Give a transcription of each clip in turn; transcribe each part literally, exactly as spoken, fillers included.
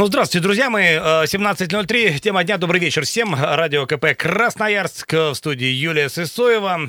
Ну, здравствуйте, друзья мои. семнадцать ноль три. Тема дня. Добрый вечер всем. Радио КП Красноярск. В студии Юлия Сысоева.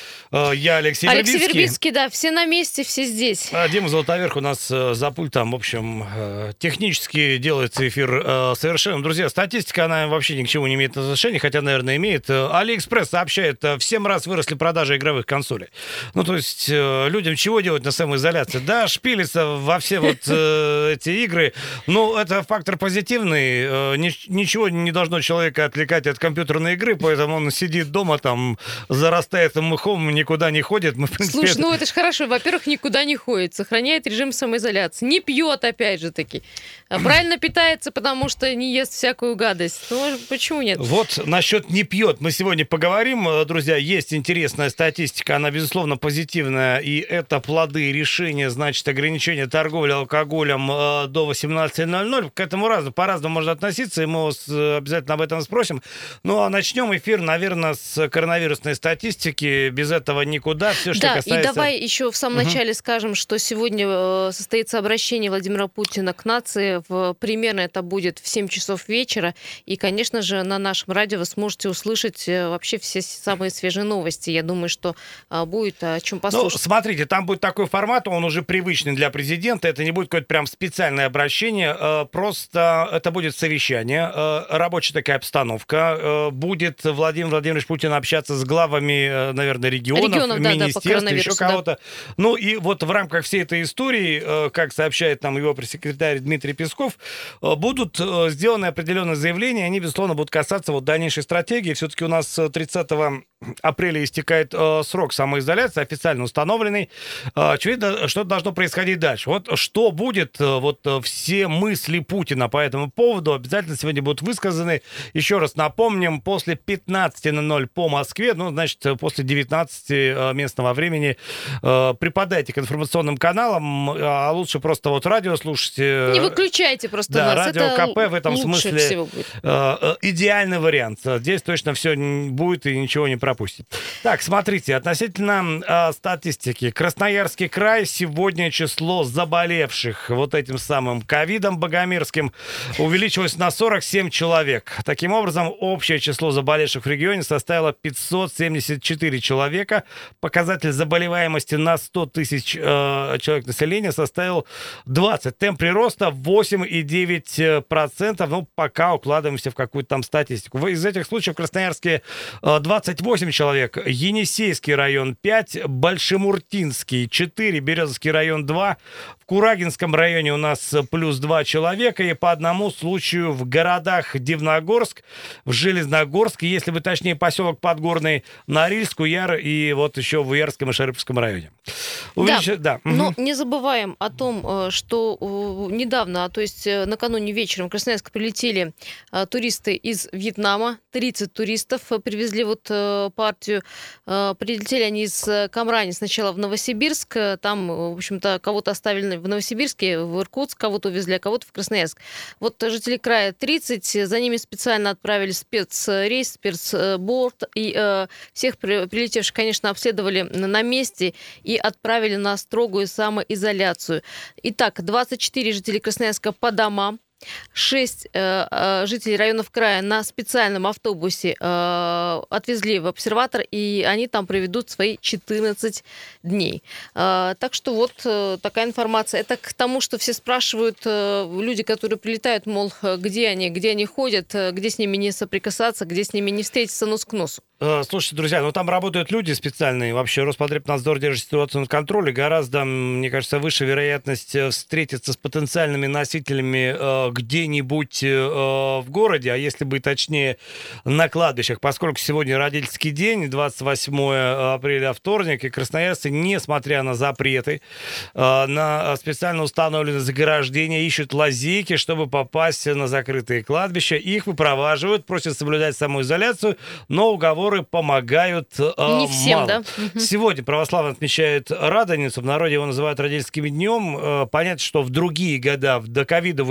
Я Алексей, Алексей Вербицкий. Вербицкий, да, все на месте, все здесь. Дима Золотоверх у нас за пультом. В общем, технически делается эфир совершенным. Друзья, статистика, она вообще ни к чему не имеет отношения, хотя, наверное, имеет. Алиэкспресс сообщает, в семь раз выросли продажи игровых консолей. Ну, то есть, людям чего делать на самоизоляции? Да, шпилиться во все вот эти игры. Ну, это фактор позитивный. Ничего не должно человека отвлекать от компьютерной игры, поэтому он сидит дома, там, зарастает мхом, никуда не ходит. Мы, в принципе, Слушай, это... ну это ж хорошо. Во-первых, никуда не ходит, сохраняет режим самоизоляции. Не пьет, опять же таки. Правильно питается, потому что не ест всякую гадость. Ну, почему нет? Вот насчет не пьет мы сегодня поговорим. Друзья, есть интересная статистика, она, безусловно, позитивная. И это плоды решения, значит, ограничения торговли алкоголем до восемнадцати ноль-ноль. К этому разу по-разному можно относиться, и мы вас обязательно об этом спросим. Ну, а начнем эфир, наверное, с коронавирусной статистики. Без этого никуда. Все, что да, касается... и давай еще в самом угу. начале скажем, что сегодня состоится обращение Владимира Путина к нации. В, примерно это будет в семь часов вечера. И, конечно же, на нашем радио вы сможете услышать вообще все самые свежие новости. Я думаю, что будет о чем послушать. Ну, смотрите, там будет такой формат, он уже привычный для президента. Это не будет какое-то прям специальное обращение. Просто это будет совещание, рабочая такая обстановка. Будет Владимир Владимирович Путин общаться с главами, наверное, регионов, регионов министерств, да, да, еще кого-то. Да. Ну и вот в рамках всей этой истории, как сообщает нам его пресс-секретарь Дмитрий Песков, будут сделаны определенные заявления, они, безусловно, будут касаться вот дальнейшей стратегии. Все-таки у нас тридцатого апреля истекает срок самоизоляции, официально установленный. Очевидно, что должно происходить дальше. Вот что будет, вот все мысли Путина по этому поводу обязательно сегодня будут высказаны. Еще раз напомним, после пятнадцати ноль-ноль по Москве, ну, значит, после девятнадцати местного времени, припадайте к информационным каналам, а лучше просто вот радио слушайте. Не выключайте просто да, нас. Радио Это КП в этом смысле идеальный вариант. Здесь точно все будет и ничего не пропустит. Так, смотрите, относительно э, статистики. Красноярский край, сегодня число заболевших вот этим самым ковидом богомерзким увеличилось на сорок семь человек. Таким образом, общее число заболевших в регионе составило пятьсот семьдесят четыре человека. Показатель заболеваемости на сто тысяч э, человек населения составил двадцать. Темп прироста восемь и девять десятых процента. Ну, пока укладываемся в какую-то там статистику. Из этих случаев в Красноярске э, двадцать восемь человек, Енисейский район пять, Большемуртинский четыре, Березовский район два, в Курагинском районе у нас плюс два человека, и по одному случаю в городах Дивногорск, в Железногорск, если бы точнее поселок Подгорный, Норильск, Уяр и вот еще в Уярском и Шарыповском районе. Увелич... Да, да. Но угу. не забываем о том, что недавно, то есть накануне вечером в Красноярск прилетели туристы из Вьетнама, тридцать туристов привезли вот партию. Прилетели они из Камрани сначала в Новосибирск. Там, в общем-то, кого-то оставили в Новосибирске, в Иркутск, кого-то увезли, а кого-то в Красноярск. Вот жители края тридцать, за ними специально отправили спецрейс, спецборд. И э, всех прилетевших, конечно, обследовали на месте и отправили на строгую самоизоляцию. Итак, двадцать четыре жителей Красноярска по домам. Шесть э, э, жителей районов края на специальном автобусе э, отвезли в обсерватор, и они там проведут свои четырнадцать дней. Э, так что вот э, такая информация. Это к тому, что все спрашивают, э, люди, которые прилетают, мол, где они, где они ходят, где с ними не соприкасаться, где с ними не встретиться нос к носу. Слушайте, друзья, ну там работают люди специальные. Вообще Роспотребнадзор держит ситуацию на контроле. Гораздо, мне кажется, выше вероятность встретиться с потенциальными носителями э, где-нибудь э, в городе, а если быть точнее, на кладбищах. Поскольку сегодня родительский день, двадцать восьмое апреля, вторник, и красноярцы, несмотря на запреты, э, на специально установленные заграждения, ищут лазейки, чтобы попасть на закрытые кладбища. Их выпроваживают, просят соблюдать самоизоляцию, но уговоры помогают э, Не всем, мало. да? Сегодня православные отмечают Радоницу, в народе его называют родительским днем. Э, понятно, что в другие года, в доковидовую эпоху,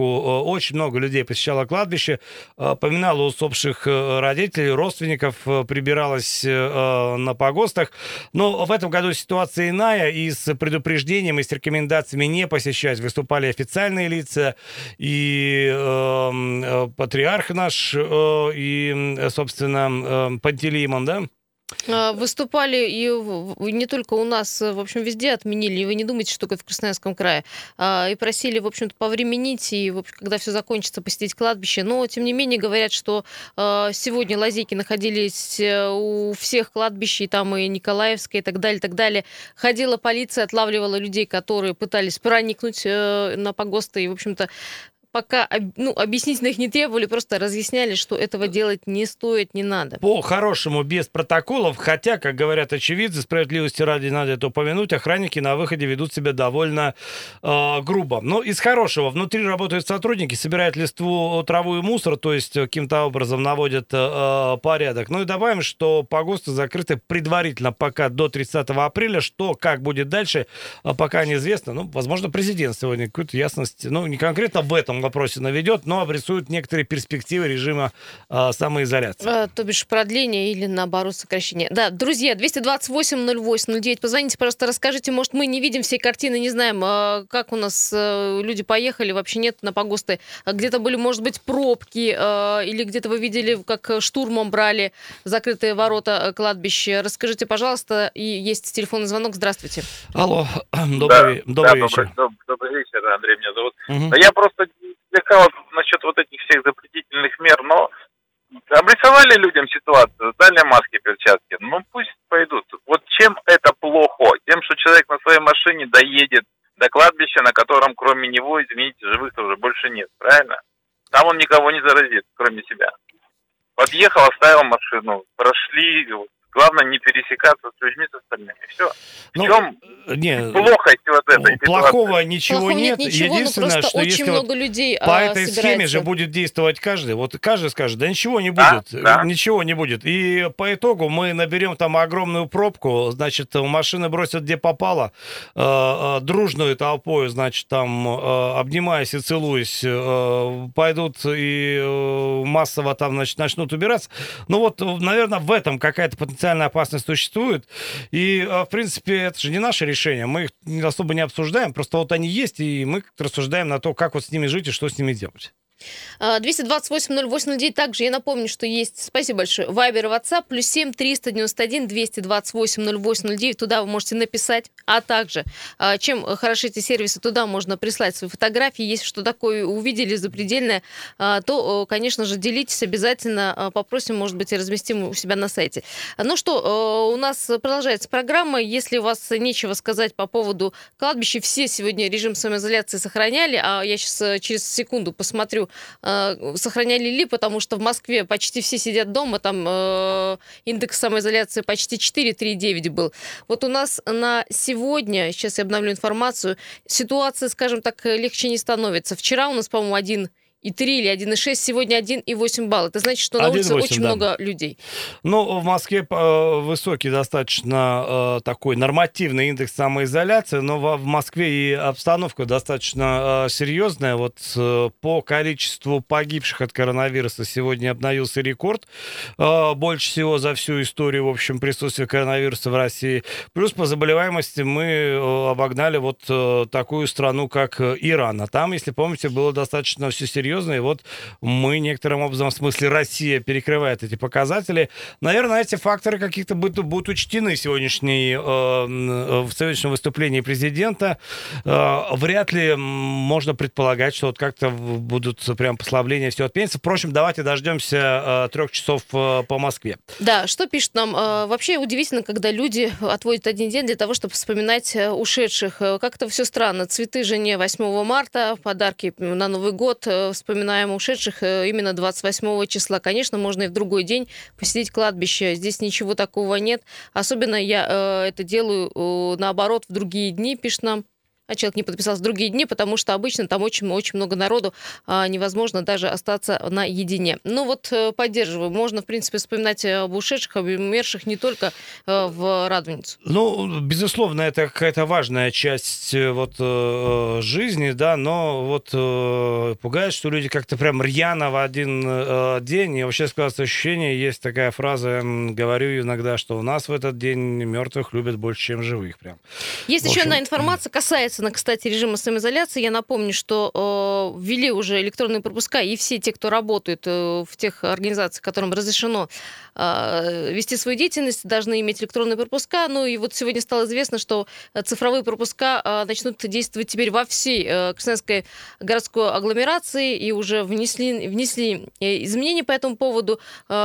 очень много людей посещало кладбище, поминало усопших родителей, родственников, прибиралось на погостах. Но в этом году ситуация иная, и с предупреждением, и с рекомендациями не посещать выступали официальные лица, и э, патриарх наш, э, и, собственно, э, Пантелеймон, да? Выступали и не только у нас, в общем, везде отменили. И вы не думайте, что только в Красноярском крае. И просили, в общем-то, повременить, и, в общем, когда все закончится, посетить кладбище. Но, тем не менее, говорят, что сегодня лазейки находились у всех кладбищ, и там и Николаевское, и так далее, и так далее. Ходила полиция, отлавливала людей, которые пытались проникнуть на погосты, и, в общем-то, пока ну, объяснительно их не требовали, просто разъясняли, что этого делать не стоит, не надо. По-хорошему, без протоколов, хотя, как говорят очевидцы, справедливости ради надо это упомянуть, охранники на выходе ведут себя довольно э, грубо. Но из хорошего, внутри работают сотрудники, собирают листву, траву и мусор, то есть каким-то образом наводят э, порядок. Ну и добавим, что погосты закрыты предварительно пока до тридцатого апреля, что, как будет дальше, пока неизвестно. Ну, возможно, президент сегодня какую-то ясность, ну, не конкретно в этом вопросе наведет, но обрисует некоторые перспективы режима э, самоизоляции. А, то бишь продление или, наоборот, сокращение. Да, друзья, двести двадцать восемь ноль восемь ноль девять, позвоните, пожалуйста, расскажите, может, мы не видим всей картины, не знаем, э, как у нас э, люди поехали, вообще нет на погосты. Где-то были, может быть, пробки, э, или где-то вы видели, как штурмом брали закрытые ворота кладбища. Расскажите, пожалуйста, и есть телефонный звонок. Здравствуйте. Алло, добрый, да, добрый да, вечер. Добрый, добрый вечер, Андрей меня зовут. Угу. Да я просто слегка вот насчет вот этих всех запретительных мер, но обрисовали людям ситуацию, дали маски, перчатки, ну пусть пойдут. Вот чем это плохо? Тем, что человек на своей машине доедет до кладбища, на котором кроме него, извините, живых уже больше нет, правильно? Там он никого не заразит, кроме себя. Подъехал, оставил машину, прошли. Главное не пересекаться с людьми, с остальными. Все. Ну, в чем не, плохость вот этой плохого ситуации? ничего Плохого нет. нет ничего, Единственное, просто что очень если много вот людей по а, этой собирается. схеме же будет действовать каждый. Вот каждый скажет, да ничего не Да, будет, да. ничего не будет. И по итогу мы наберем там огромную пробку, значит, машины бросят где попало, э, э, дружную толпой, значит, там, э, обнимаясь и целуясь, э, пойдут и э, массово там, значит, начнут убираться. Ну вот, наверное, в этом какая-то потенциальная опасность существует. И, в принципе, это же не наше решение. Мы их особо не обсуждаем. Просто вот они есть, и мы рассуждаем на то, как вот с ними жить и что с ними делать. двести двадцать восемь ноль восемь ноль девять. Также я напомню, что есть, спасибо большое, Вайбер и WhatsApp, плюс семь триста девяносто один двести двадцать восемь ноль восемь ноль девять. Туда вы можете написать. А также, чем хороши эти сервисы, туда можно прислать свои фотографии. Если что такое увидели запредельное, то, конечно же, делитесь обязательно. Попросим, может быть, и разместим у себя на сайте. Ну что, у нас продолжается программа. Если у вас нечего сказать по поводу кладбища, все сегодня режим самоизоляции сохраняли, а я сейчас через секунду посмотрю, сохраняли ли, потому что в Москве почти все сидят дома, там э, индекс самоизоляции почти четыре целых три десятых был. Вот у нас на сегодня, сейчас я обновлю информацию, ситуация, скажем так, легче не становится. Вчера у нас, по-моему, один и три или один и шесть, сегодня один и восемь балла. Это значит, что на улице очень да. много людей. Ну, в Москве э, высокий достаточно э, такой нормативный индекс самоизоляции, но в, в Москве и обстановка достаточно э, серьезная. Вот э, по количеству погибших от коронавируса сегодня обновился рекорд. Э, больше всего за всю историю, в общем, присутствия коронавируса в России. Плюс по заболеваемости мы э, обогнали вот э, такую страну, как Иран. А там, если помните, было достаточно все серьезно. И вот мы некоторым образом, в смысле Россия перекрывает эти показатели. Наверное, эти факторы каких-то будут, будут учтены сегодняшней, э, в сегодняшнем выступлении президента. Э, вряд ли можно предполагать, что вот как-то будут прям послабления, все отменится. Впрочем, давайте дождемся э, трех часов э, по Москве. Да, что пишут нам? Э, вообще удивительно, когда люди отводят один день для того, чтобы вспоминать ушедших. Как-то все странно. Цветы жене восьмого марта, подарки на Новый год. Вспоминаем ушедших именно двадцать восьмого числа. Конечно, можно и в другой день посетить кладбище. Здесь ничего такого нет. Особенно я э, это делаю, э, наоборот, в другие дни, пишет нам а человек не подписался в другие дни, потому что обычно там очень-очень много народу, а, невозможно даже остаться наедине. Ну вот э, поддерживаю. Можно, в принципе, вспоминать об ушедших, об умерших не только э, в Радоницу. Ну, безусловно, это какая-то важная часть э, вот э, жизни, да, но вот э, пугает, что люди как-то прям рьяно в один э, день, и вообще складывается ощущение, есть такая фраза, м, говорю иногда, что у нас в этот день мертвых любят больше, чем живых прям. Есть В еще общем, одна информация, касается, на, кстати, режима самоизоляции. Я напомню, что э, ввели уже электронные пропуска, и все те, кто работают э, в тех организациях, которым разрешено э, вести свою деятельность, должны иметь электронные пропуска. Ну и вот сегодня стало известно, что цифровые пропуска э, начнут действовать теперь во всей э, Красноярской городской агломерации, и уже внесли, внесли изменения по этому поводу.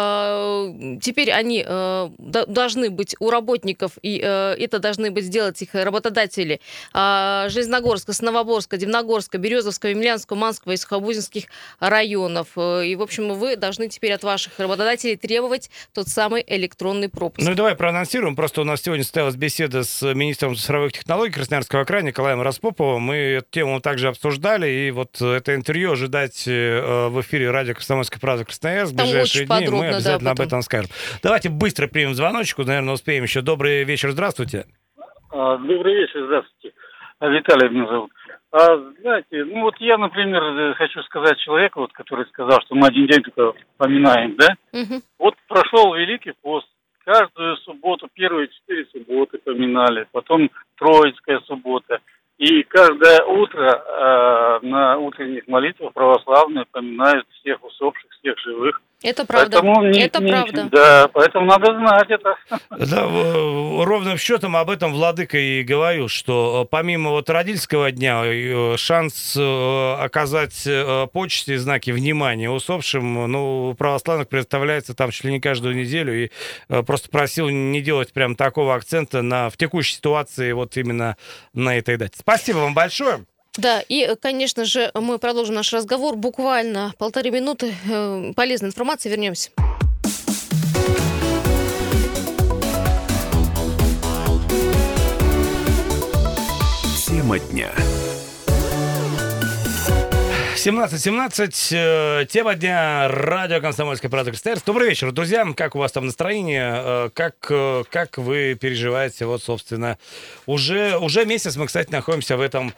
Э, теперь они э, должны быть у работников, и э, это должны быть сделать их работодатели э, Железногорска, Новоборска, Дивногорска, Березовского, Емельянского, Манского и Сухобузинских районов. И, в общем, вы должны теперь от ваших работодателей требовать тот самый электронный пропуск. Ну и давай проанонсируем. Просто у нас сегодня состоялась беседа с министром цифровых технологий Красноярского края Николаем Распоповым. Мы эту тему также обсуждали. И вот это интервью ожидать э, в эфире радио «Комсомольская правда» Красноярск в Там ближайшие очень дни. подробно, Мы обязательно да, об этом скажем. Давайте быстро примем звоночку. Наверное, успеем еще. Добрый вечер. Здравствуйте. Добрый вечер, здравствуйте. Виталий меня зовут. А, знаете, ну вот я, например, хочу сказать человеку, вот, который сказал, что мы один день только поминаем, да? Угу. Вот прошел Великий пост. Каждую субботу, первые четыре субботы поминали, потом Троицкая суббота. И каждое утро э, на утренних молитвах православные поминают всех усопших, всех живых. Это правда. Поэтому не, это не, правда. Да, поэтому надо знать это. Да, ровным счетом об этом владыка и говорил, что помимо вот родительского дня шанс оказать почести, знаки внимания усопшим, ну, у православных представляется там чуть ли не каждую неделю, и просто просил не делать прям такого акцента на, в текущей ситуации вот именно на этой дате. Спасибо вам большое. Да, и, конечно же, мы продолжим наш разговор. Буквально полторы минуты. Полезная информация. Вернемся. Тема дня. семнадцать семнадцать. Э, тема дня. Радио «Комсомольская правда» Красноярск. Добрый вечер, друзья. Как у вас там настроение? Э, как, э, как вы переживаете? Вот, собственно, уже, уже месяц мы, кстати, находимся в этом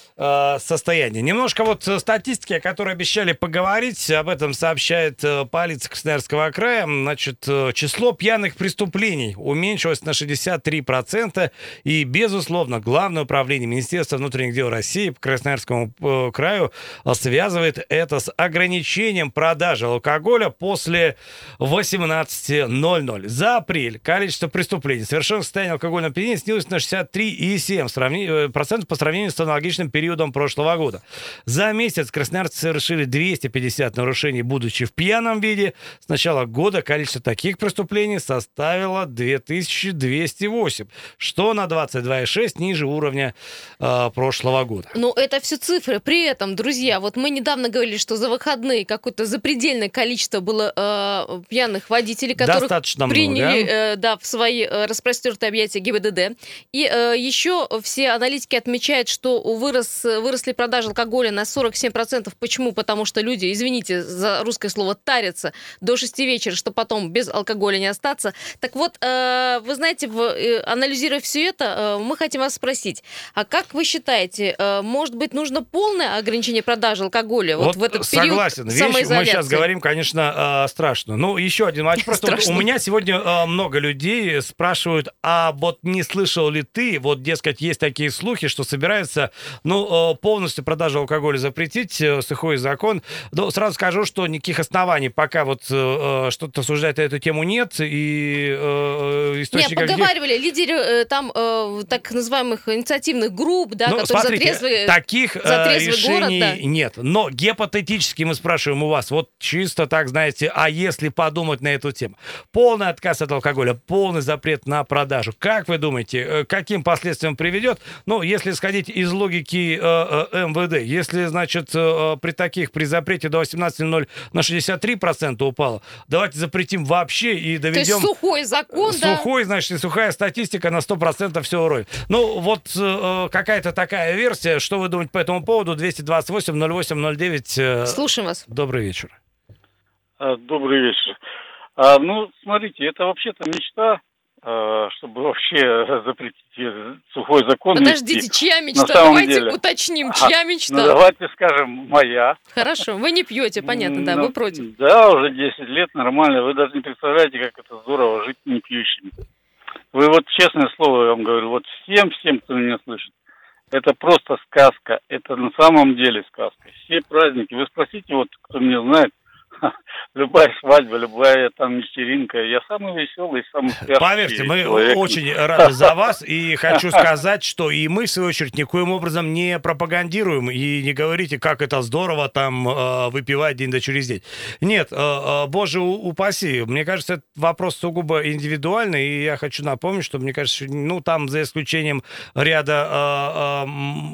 состояние. Немножко вот статистики, о которой обещали поговорить, об этом сообщает полиция Красноярского края. Значит, число пьяных преступлений уменьшилось на шестьдесят три процента, и, безусловно, Главное управление Министерства внутренних дел России по Красноярскому краю связывает это с ограничением продажи алкоголя после восемнадцати ноль-ноль. За апрель количество преступлений, совершенных в состоянии алкогольного опьянения, снизилось на шестьдесят три и семь процента по сравнению с аналогичным периодом периодом прошлого года. За месяц красноярцы совершили двести пятьдесят нарушений, будучи в пьяном виде. С начала года количество таких преступлений составило две тысячи двести восемь, что на двадцать два и шесть ниже уровня э, прошлого года. Ну, это все цифры. При этом, друзья, вот мы недавно говорили, что за выходные какое-то запредельное количество было э, пьяных водителей, которых достаточно приняли много. Э, да, в свои э, распростертые объятия ГИБДД. И э, еще все аналитики отмечают, что вырос выросли продажи алкоголя на сорок семь процентов. Почему? Потому что люди, извините за русское слово, тарятся до шести вечера, чтобы потом без алкоголя не остаться. Так вот, э, вы знаете, в, э, анализируя все это, э, мы хотим вас спросить, а как вы считаете, э, может быть, нужно полное ограничение продажи алкоголя вот, вот в этот согласен. период Вещь, самоизоляции? мы сейчас говорим, конечно, э, страшно. Ну, еще один матч. Просто вот у меня сегодня э, много людей спрашивают, а вот не слышал ли ты, вот, дескать, есть такие слухи, что собираются, ну, полностью продажу алкоголя запретить, сухой закон. Но сразу скажу, что никаких оснований пока вот э, что-то осуждать эту тему нет. И э, источников... Нет, поговаривали, где... лидеры э, там э, так называемых инициативных групп, да, ну, которые смотрите, за трезвый, таких за трезвый решений город, да. нет. Но гипотетически мы спрашиваем у вас, вот чисто так, знаете, а если подумать на эту тему? Полный отказ от алкоголя, полный запрет на продажу. Как вы думаете, каким последствиям приведет? Ну, если исходить из логики и э, э, эм вэ дэ. Если, значит, э, при таких, при запрете до восемнадцати ноль на шестьдесят три процента упало, давайте запретим вообще и доведем... То есть сухой закон, да? Сухой, значит, и сухая статистика на сто процентов все уровень. Ну, вот э, какая-то такая версия. Что вы думаете по этому поводу? двести двадцать восемь ноль восемь ноль девять. Э, Слушаем вас. Добрый вечер. Добрый вечер. А, ну, смотрите, это вообще-то мечта, а, чтобы вообще запретить сухой закон. Подождите, вести. чья мечта? На самом Давайте деле. уточним, чья А, мечта. Ну, давайте скажем, моя. Хорошо, вы не пьете, понятно, да, Ну, вы против. Да, уже десять лет, нормально. Вы даже не представляете, как это здорово жить не пьющим. Вы вот, честное слово, я вам говорю, вот всем-всем, кто меня слышит, это просто сказка. Это на самом деле сказка. Все праздники, вы спросите, вот, кто меня знает, любая свадьба, любая там вечеринка. Я самый веселый, самый спящий Поверьте, мы человек. очень рады за вас. И хочу сказать, что и мы, в свою очередь, никоим образом не пропагандируем и не говорите, как это здорово там э, выпивать день да через день. Нет, э, э, боже упаси. Мне кажется, это вопрос сугубо индивидуальный. И я хочу напомнить, что, мне кажется, ну, там, за исключением ряда э,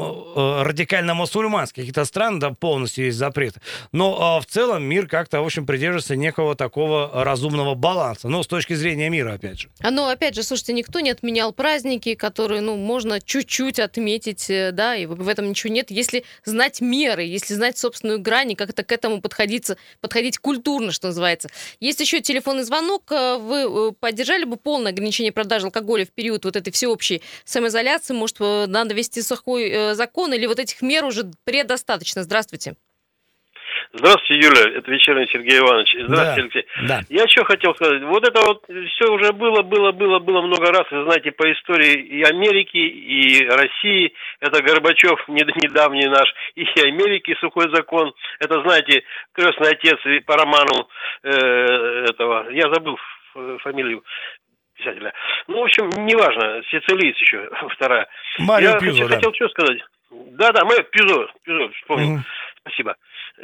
э, радикально-мусульманских каких-то стран, да, полностью есть запреты. Но э, в целом мир как-то, в общем, придерживается некого такого разумного баланса. Ну, с точки зрения мира, опять же. А ну, опять же, слушайте, никто не отменял праздники, которые, ну, можно чуть-чуть отметить, да, и в этом ничего нет, если знать меры, если знать собственную грань, и как-то к этому подходить, подходить культурно, что называется. Есть еще телефонный звонок. Вы поддержали бы полное ограничение продажи алкоголя в период вот этой всеобщей самоизоляции? Может, надо ввести сухой закон, или вот этих мер уже предостаточно? Здравствуйте. Здравствуйте, Юля, это вечерний Сергей Иванович. Здравствуйте, Да, Алексей. да. Я что хотел сказать. Вот это вот все уже было, было, было, было много раз. Вы знаете, по истории и Америки, и России. Это Горбачев, недавний наш, и Америки сухой закон. Это, знаете, крестный отец по роману э, этого. Я забыл фамилию писателя. Ну, в общем, неважно. Сицилиец еще, вторая. Марио Я Пьюзо, да. хотел что сказать. Да-да, мы Пьюзо, Пьюзо, вспомнил. Угу. Спасибо.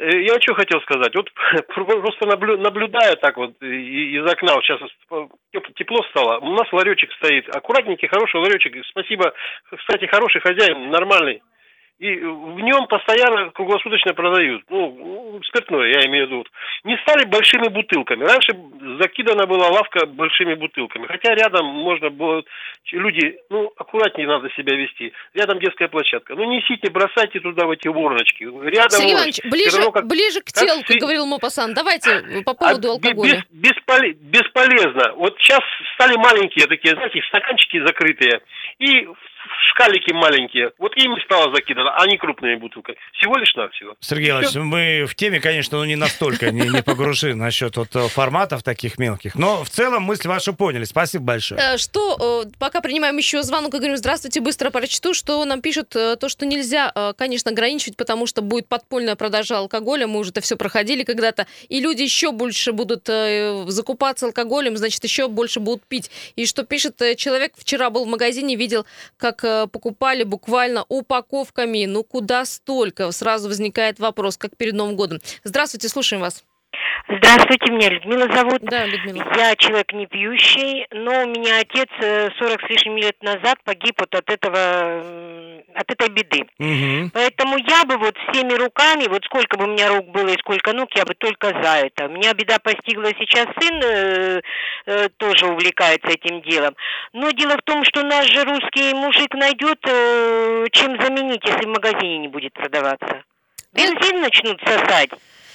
Я что хотел сказать. Вот просто наблю, наблюдаю так вот из окна, вот сейчас тепло стало, у нас ларечек стоит, аккуратненький, хороший ларечек, спасибо, кстати, хороший хозяин, нормальный. И в нем постоянно круглосуточно продают. Ну, спиртное, я имею в виду. Не стали большими бутылками. Раньше закидана была лавка большими бутылками. Хотя рядом можно было... Люди, ну, аккуратнее надо себя вести. Рядом детская площадка. Ну, несите, бросайте туда в эти урночки. Рядом... Сергей Иванович, ближе, равно, как, ближе к телу, как как говорил Мопассан. Давайте по поводу а, алкоголя. Без, бесполе, бесполезно. Вот сейчас стали маленькие такие, знаете, стаканчики закрытые. И... шкалики маленькие. Вот ими стало закидано, а не крупными бутылками. Всего лишь навсего. Сергей Иванович, мы в теме, конечно, но не настолько не, не погружены насчет вот форматов таких мелких. Но в целом мысль вашу поняли. Спасибо большое. Что, пока принимаем еще звонок и говорим здравствуйте, быстро прочту, что нам пишут, то, что нельзя, конечно, ограничивать, потому что будет подпольная продажа алкоголя. Мы уже это все проходили когда-то. И люди еще больше будут закупаться алкоголем, значит, еще больше будут пить. И что пишет человек, вчера был в магазине, видел, как покупали буквально упаковками. Ну, куда столько? Сразу возникает вопрос, как перед Новым годом. Здравствуйте, слушаем вас. Здравствуйте, меня Людмила зовут. Да, Людмила. Я человек не пьющий, но у меня отец сорок с лишним лет назад погиб вот от этого, от этой беды. Угу. Поэтому я бы вот всеми руками, вот сколько бы у меня рук было и сколько ног, я бы только за это. Меня беда постигла, сейчас сын э, э, тоже увлекается этим делом. Но дело в том, что наш же русский мужик найдет, э, чем заменить, если в магазине не будет продаваться. Бензин начнут сосать.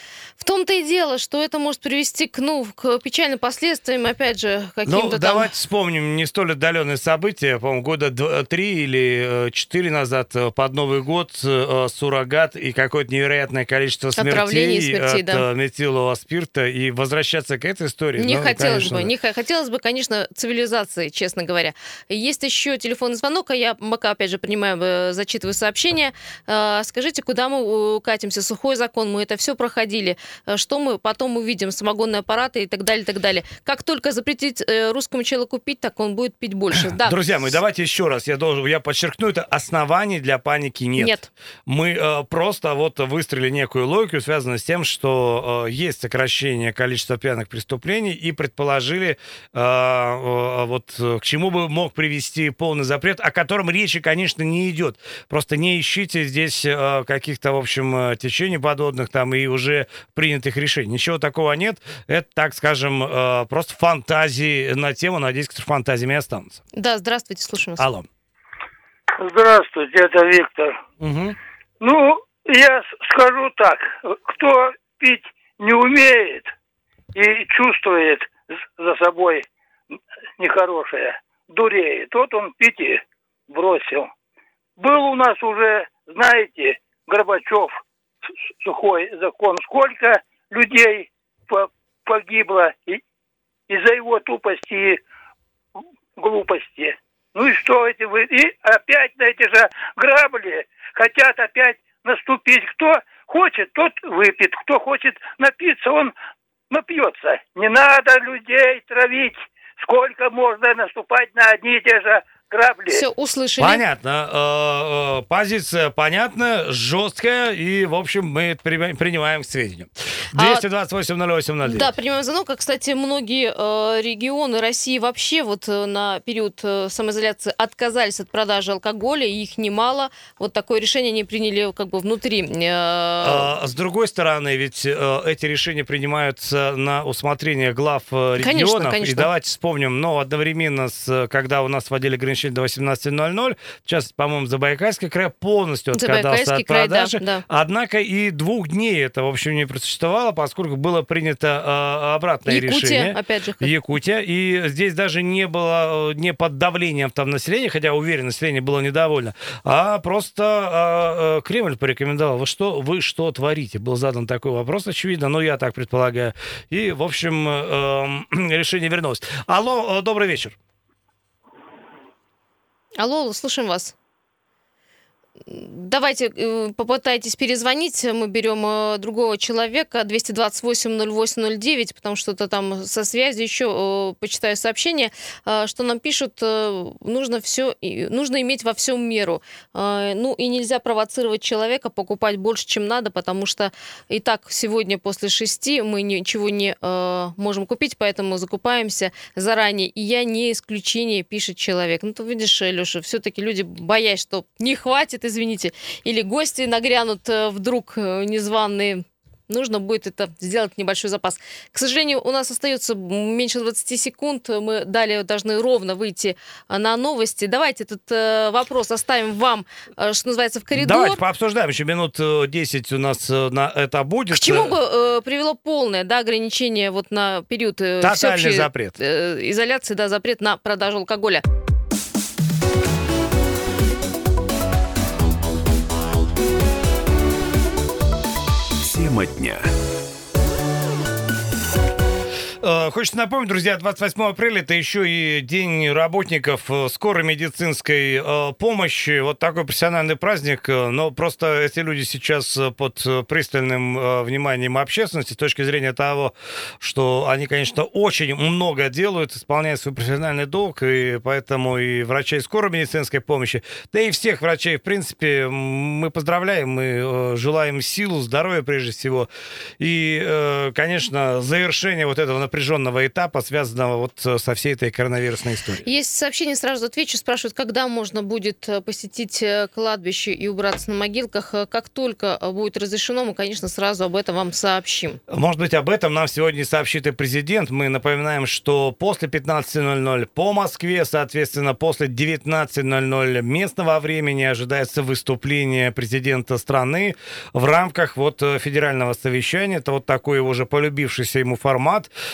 В том-то и дело, что это может привести к, ну, к печальным последствиям, опять же, каким-то Ну, там... давайте вспомним не столь отдаленные события. По-моему, года три или четыре назад под Новый год суррогат и какое-то невероятное количество смертей, смертей от да. метилового спирта. И возвращаться к этой истории... Не ну, хотелось конечно, бы. да. Не хотелось бы, конечно, цивилизации, честно говоря. Есть еще телефонный звонок, а я пока, опять же, принимаю, зачитываю сообщения. Скажите, куда мы катимся? Сухой закон, мы это все проходили. что мы потом увидим? Самогонные аппараты и так далее, и так далее. Как только запретить русскому человеку пить, так он будет пить больше. Да. Друзья мои, давайте еще раз, я должен, я подчеркну, это оснований для паники нет. Нет. Мы э, просто вот выстроили некую логику, связанную с тем, что э, есть сокращение количества пьяных преступлений, и предположили, э, э, вот к чему бы мог привести полный запрет, о котором речи, конечно, не идет. Просто не ищите здесь э, каких-то, в общем, течений подводных там и уже принятых решений. Ничего такого нет. Это, так скажем, э, просто фантазии на тему. Надеюсь, что фантазиями останутся. Да, здравствуйте, слушаем вас. Алло. Здравствуйте, это Виктор. Угу. Ну, я скажу так. Кто пить не умеет и чувствует за собой нехорошее, дуреет, тот он пить и бросил. Был у нас уже, знаете, Горбачев, сухой закон. Сколько людей погибло из-за его тупости и глупости. Ну и что эти вы? И опять на эти же грабли хотят опять наступить. Кто хочет, тот выпьет. Кто хочет напиться, он напьется. Не надо людей травить. Сколько можно наступать на одни и те же грабли? Все, услышали. Понятно. Позиция понятна, жесткая, и, в общем, мы это принимаем к сведению. двести двадцать восемь ноль восемь ноль девять. Да, принимаем звонок. А, кстати, многие э, регионы России вообще вот э, на период э, самоизоляции отказались от продажи алкоголя, и их немало. Вот такое решение они приняли как бы внутри. Э... А, с другой стороны, ведь э, эти решения принимаются на усмотрение глав э, регионов. Конечно, конечно. И давайте вспомним, но одновременно, с, когда у нас вводили ограничения до восемнадцати ноль-ноль, сейчас, по-моему, Забайкальский край полностью отказался от край, продажи. Да, да. Однако и двух дней это, в общем, не просуществовало, поскольку было принято э, обратное Якутия, решение. опять же. Якутия. И здесь даже не было не под давлением там населения, хотя, уверен, население было недовольно, а просто э, Кремль порекомендовал. Вы что, вы что творите? Был задан такой вопрос, очевидно, но я так предполагаю. И, в общем, э, решение вернулось. Алло, добрый вечер. Алло, слушаем вас. Давайте э, попытайтесь перезвонить. Мы берем э, другого человека. двести двадцать восемь ноль восемь ноль девять, потому что что-то там со связью. Еще э, почитаю сообщение, э, что нам пишут. Э, нужно все, э, нужно иметь во всем меру. Э, ну и нельзя провоцировать человека покупать больше, чем надо, потому что и так сегодня после шести мы ничего не э, можем купить, поэтому закупаемся заранее. И я не исключение, пишет человек. Ну ты видишь, Леша, все-таки люди, боясь, что не хватит, извините, или гости нагрянут вдруг незваные, нужно будет это сделать небольшой запас. К сожалению, у нас остается меньше двадцати секунд. Мы далее должны ровно выйти на новости. Давайте этот вопрос оставим вам, что называется, в коридор. Давайте пообсуждаем. Еще минут десять у нас на это будет. К чему бы э, привело полное, да, ограничение вот на период э, тотальный всеобщей, запрет. Э, изоляции, да, запрет на продажу алкоголя. Тема дня. Хочется напомнить, друзья, двадцать восьмого апреля это еще и День работников скорой медицинской помощи. Вот такой профессиональный праздник. Но просто эти люди сейчас под пристальным вниманием общественности с точки зрения того, что они, конечно, очень много делают, исполняют свой профессиональный долг, и поэтому и врачей скорой медицинской помощи, да и всех врачей, в принципе, мы поздравляем, мы желаем сил, здоровья прежде всего. И, конечно, завершение вот этого напряженного этапа, связанного вот со всей этой коронавирусной историей. Есть сообщение, сразу отвечу, спрашивают, когда можно будет посетить кладбище и убраться на могилках. Как только будет разрешено, мы, конечно, сразу об этом вам сообщим. Может быть, об этом нам сегодня сообщит и президент. Мы напоминаем, что после пятнадцати ноль-ноль по Москве, соответственно, после девятнадцати ноль-ноль местного времени ожидается выступление президента страны в рамках вот федерального совещания. Это вот такой уже полюбившийся ему формат.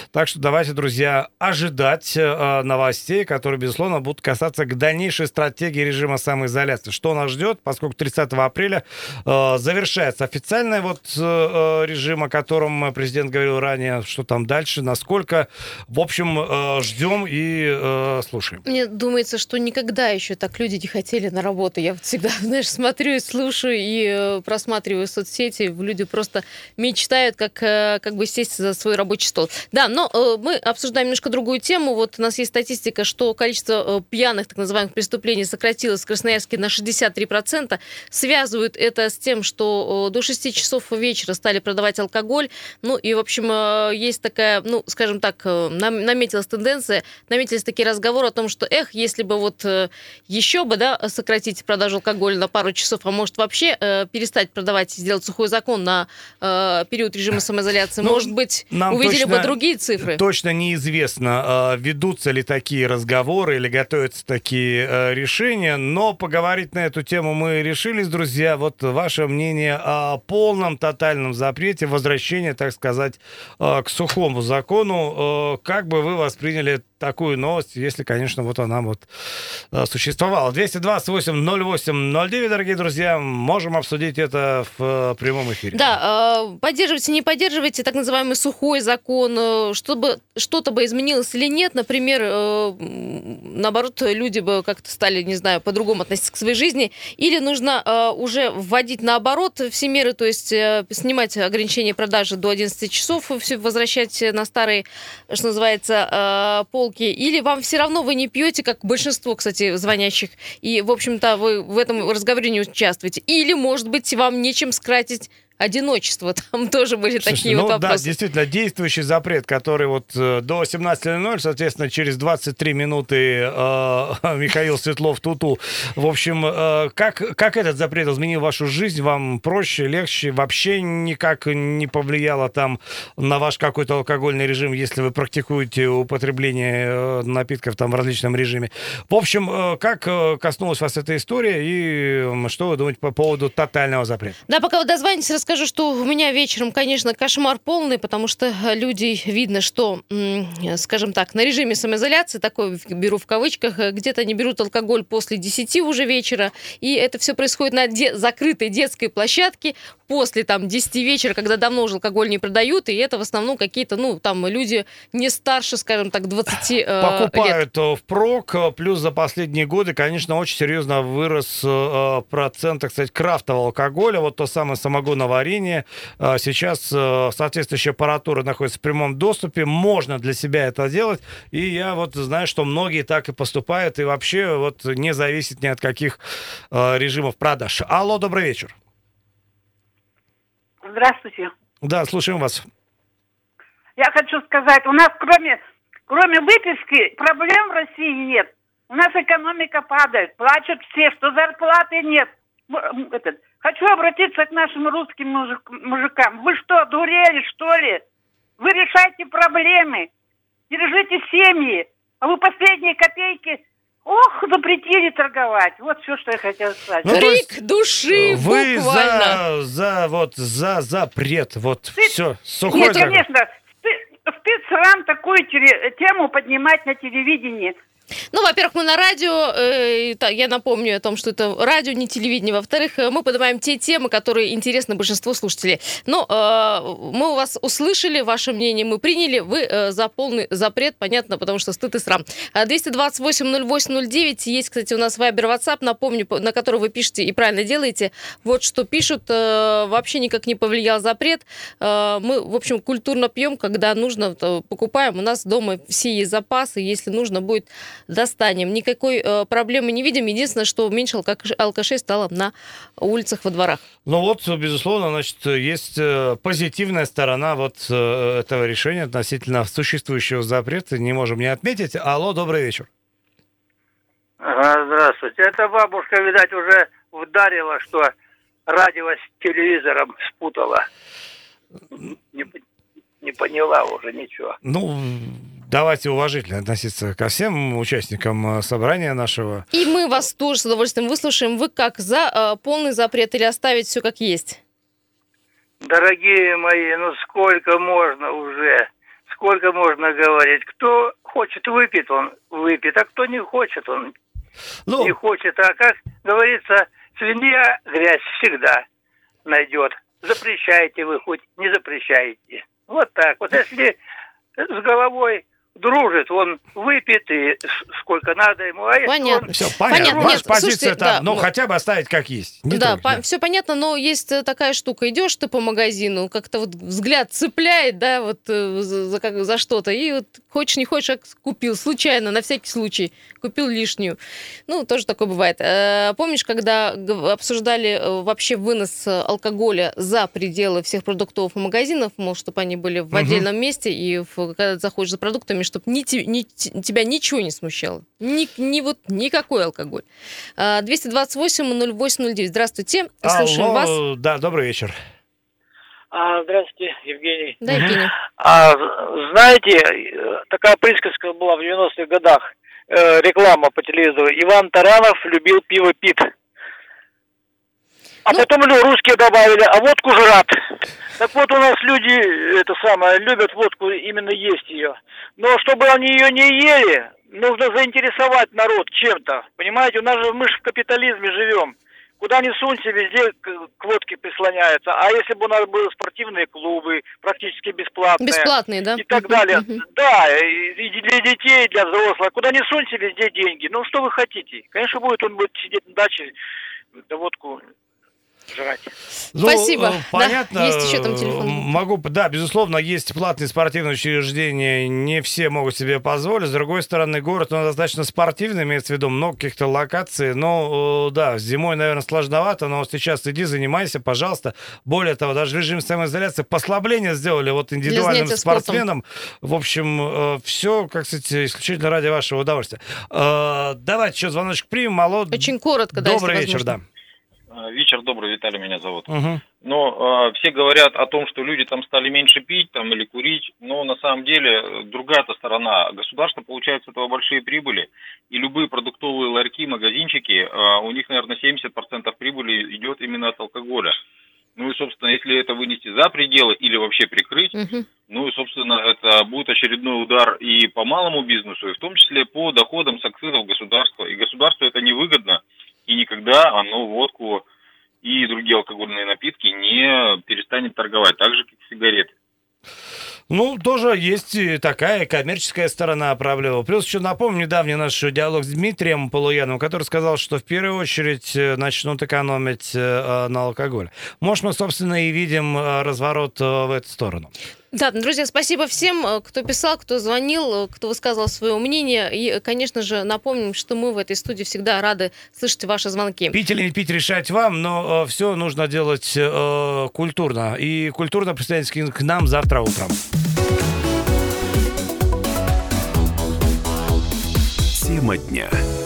Так что давайте, друзья, ожидать э, новостей, которые, безусловно, будут касаться к дальнейшей стратегии режима самоизоляции. Что нас ждет, поскольку тридцатого апреля э, завершается официальный вот, э, режим, о котором президент говорил ранее, что там дальше, насколько. В общем, э, ждем и э, слушаем. Мне думается, что никогда еще так люди не хотели на работу. Я вот всегда, знаешь, смотрю и слушаю, и э, просматриваю соцсети. Люди просто мечтают, как, э, как бы сесть за свой рабочий стол. Да, но э, мы обсуждаем немножко другую тему. Вот у нас есть статистика, что количество э, пьяных, так называемых, преступлений сократилось в Красноярске на шестьдесят три процента. Связывают это с тем, что э, до шести часов вечера стали продавать алкоголь. Ну и, в общем, э, есть такая, ну, скажем так, э, наметилась тенденция, наметились такие разговоры о том, что, эх, если бы вот э, еще бы, да, сократить продажу алкоголя на пару часов, а может вообще э, перестать продавать и сделать сухой закон на э, период режима самоизоляции, ну, может быть, увидели точно, бы другие цифры? Точно неизвестно, э, ведутся ли такие разговоры или готовятся такие э, решения, но поговорить на эту тему мы решились, друзья. Вот ваше мнение о полном, тотальном запрете, возвращении, так сказать, э, к сухому закону. Э, как бы вы восприняли такую новость, если, конечно, вот она вот э, существовала. двести двадцать восемь ноль восемь ноль девять, дорогие друзья, можем обсудить это в э, прямом эфире. Да, э, поддерживайте, не поддерживайте так называемый сухой закон, э, чтобы что-то бы изменилось или нет. Например, э, наоборот, люди бы как-то стали, не знаю, по-другому относиться к своей жизни. Или нужно э, уже вводить наоборот все меры, то есть э, снимать ограничения продажи до одиннадцати часов, все возвращать на старые, что называется, э, пол. Или вам все равно, вы не пьете, как большинство, кстати, звонящих, и, в общем-то, вы в этом разговоре не участвуете. Или, может быть, вам нечем скратить одиночество. Там тоже были Слушайте, такие ну, вот вопросы. Да, действительно, действующий запрет, который вот э, до семнадцати ноль ноль, соответственно, через двадцать три минуты э, Михаил Светлов Туту. В общем, э, как, как этот запрет изменил вашу жизнь? Вам проще, легче? Вообще никак не повлияло там на ваш какой-то алкогольный режим, если вы практикуете употребление э, напитков там в различном режиме? В общем, э, как э, коснулась вас эта история и э, что вы думаете по поводу тотального запрета? Да, пока вы дозвонитесь, скажу, что у меня вечером, конечно, кошмар полный, потому что люди, видно, что, скажем так, на режиме самоизоляции, такой беру в кавычках, где-то они берут алкоголь после десяти уже вечера, и это все происходит на де- закрытой детской площадке после там десяти вечера, когда давно уже алкоголь не продают, и это в основном какие-то, ну, там люди не старше, скажем так, двадцати э, Покупают лет. впрок, плюс за последние годы, конечно, очень серьезно вырос э, процент, так сказать, крафтового алкоголя, вот то самое самогоновое варенье. Сейчас соответствующая аппаратура находится в прямом доступе. Можно для себя это делать. И я вот знаю, что многие так и поступают. И вообще вот не зависит ни от каких режимов продаж. Алло, добрый вечер. Здравствуйте. Да, слушаем вас. Я хочу сказать, у нас кроме, кроме выписки проблем в России нет. У нас экономика падает. Плачут все, что зарплаты нет. Этот... Хочу обратиться к нашим русским мужик, мужикам. Вы что, дурели, что ли? Вы решайте проблемы, держите семьи, а вы последние копейки, ох, запретили торговать. Вот все, что я хотела сказать. Ну, крик души, вы буквально. За, за, вот, за запрет, вот Спец... все, сухой Нет, закон. конечно, спецрам такую тему поднимать на телевидении. Ну, во-первых, мы на радио, э, я напомню о том, что это радио, не телевидение. Во-вторых, мы поднимаем те темы, которые интересны большинству слушателей. Но э, мы вас услышали, ваше мнение мы приняли, вы э, за полный запрет, понятно, потому что стыд и срам. двести двадцать восемь ноль восемь ноль девять, есть, кстати, у нас Viber, WhatsApp, напомню, на который вы пишете и правильно делаете. Вот что пишут, э, вообще никак не повлиял запрет. Э, мы, в общем, культурно пьем, когда нужно, покупаем. У нас дома все есть запасы, если нужно будет, достанем. Никакой э, проблемы не видим. Единственное, что меньше алкаш... алкашей стало на улицах, во дворах. Ну вот, безусловно, значит, есть позитивная сторона вот э, этого решения относительно существующего запрета. Не можем не отметить. Алло, добрый вечер. Ага, здравствуйте. Эта бабушка, видать, уже вдарила, что радио с телевизором спутала. Не, не поняла уже ничего. Ну... Давайте уважительно относиться ко всем участникам собрания нашего. И мы вас тоже с удовольствием выслушаем. Вы как, за э, полный запрет или оставить все как есть? Дорогие мои, ну сколько можно уже? сколько можно говорить. Кто хочет выпить, он выпьет, а кто не хочет, он ну... не хочет. А как говорится, свинья грязь всегда найдет. Запрещаете вы хоть, не запрещаете. Вот так. Вот если с головой дружит, он выпьет и сколько надо ему. А понятно. Он... Все, понятно. понятно. Ваша Нет, позиция слушайте, там, да, ну, ну, хотя бы оставить как есть. Не да, трогать, по- да, все понятно, но есть такая штука. Идешь ты по магазину, как-то вот взгляд цепляет, да, вот э, за, как, за что-то, и вот хочешь не хочешь, а купил случайно, на всякий случай, купил лишнюю. Ну, тоже такое бывает. Э, помнишь, когда г- обсуждали э, вообще вынос алкоголя за пределы всех продуктовых магазинов, мол, чтобы они были в Мгм. отдельном месте, и в, когда ты заходишь за продуктами, чтобы ни, те- ни те- тебя ничего не смущало. Ни, ни вот никакой алкоголь. А, двести двадцать восемь ноль восемь ноль девять. Здравствуйте. Слушаем вас. Алло, да, добрый вечер. А, здравствуйте, Евгений. Да, Евгений. А, знаете, такая присказка была в девяностых годах, э, реклама по телевизору. Иван Таранов любил пиво пит. А Ну- потом лю- русские добавили, а водку жрат. Так вот, у нас люди, это самое, любят водку, именно есть ее. Но чтобы они ее не ели, нужно заинтересовать народ чем-то. Понимаете, у нас же мы же в капитализме живем. Куда ни сунься, везде к, к водке прислоняются. А если бы у нас были спортивные клубы, практически бесплатные. Бесплатные, да? И так далее. Да, и и для детей, и для взрослых. Куда ни сунься, везде деньги. Ну, что вы хотите? Конечно, будет он будет сидеть на даче, да водку жрать. Ну, Спасибо. э, Понятно. Да, есть еще там телефон. э, Могу, да, безусловно, есть платные спортивные учреждения, не все могут себе позволить. С другой стороны, город, он достаточно спортивный, имеется в виду много каких-то локаций. Но, э, да, зимой, наверное, сложновато, но сейчас иди, занимайся, пожалуйста. Более того, даже режим самоизоляции послабление сделали вот индивидуальным занятия спортом. спортсменам. В общем, все, как сказать, исключительно ради вашего удовольствия. Э, Давайте еще звоночек примем. Алло. Очень коротко, да, Добрый если вечер, да. возможно. Вечер добрый, Виталий меня зовут. Угу. Но э, все говорят о том, что люди там стали меньше пить там, или курить, но на самом деле другая-то сторона. Государство получает с этого большие прибыли, и любые продуктовые ларьки, магазинчики, э, у них, наверное, семьдесят процентов прибыли идет именно от алкоголя. Ну и, собственно, если это вынести за пределы или вообще прикрыть, Мгм. ну и, собственно, это будет очередной удар и по малому бизнесу, и в том числе по доходам с акцизов государства. И государству это невыгодно, и никогда оно водку и другие алкогольные напитки не перестанет торговать, так же, как сигареты. Ну, тоже есть и такая коммерческая сторона проблемы. Плюс еще напомню недавний наш диалог с Дмитрием Полуяновым, который сказал, что в первую очередь э, начнут экономить э, на алкоголе. Может, мы, собственно, и видим э, разворот э, в эту сторону. Да, друзья, спасибо всем, э, кто писал, кто звонил, э, кто высказывал свое мнение. И, э, конечно же, напомним, что мы в этой студии всегда рады слышать ваши звонки. Пить или не пить решать вам, но э, все нужно делать э, культурно. И культурно присоединяйтесь к нам завтра утром. Тема дня.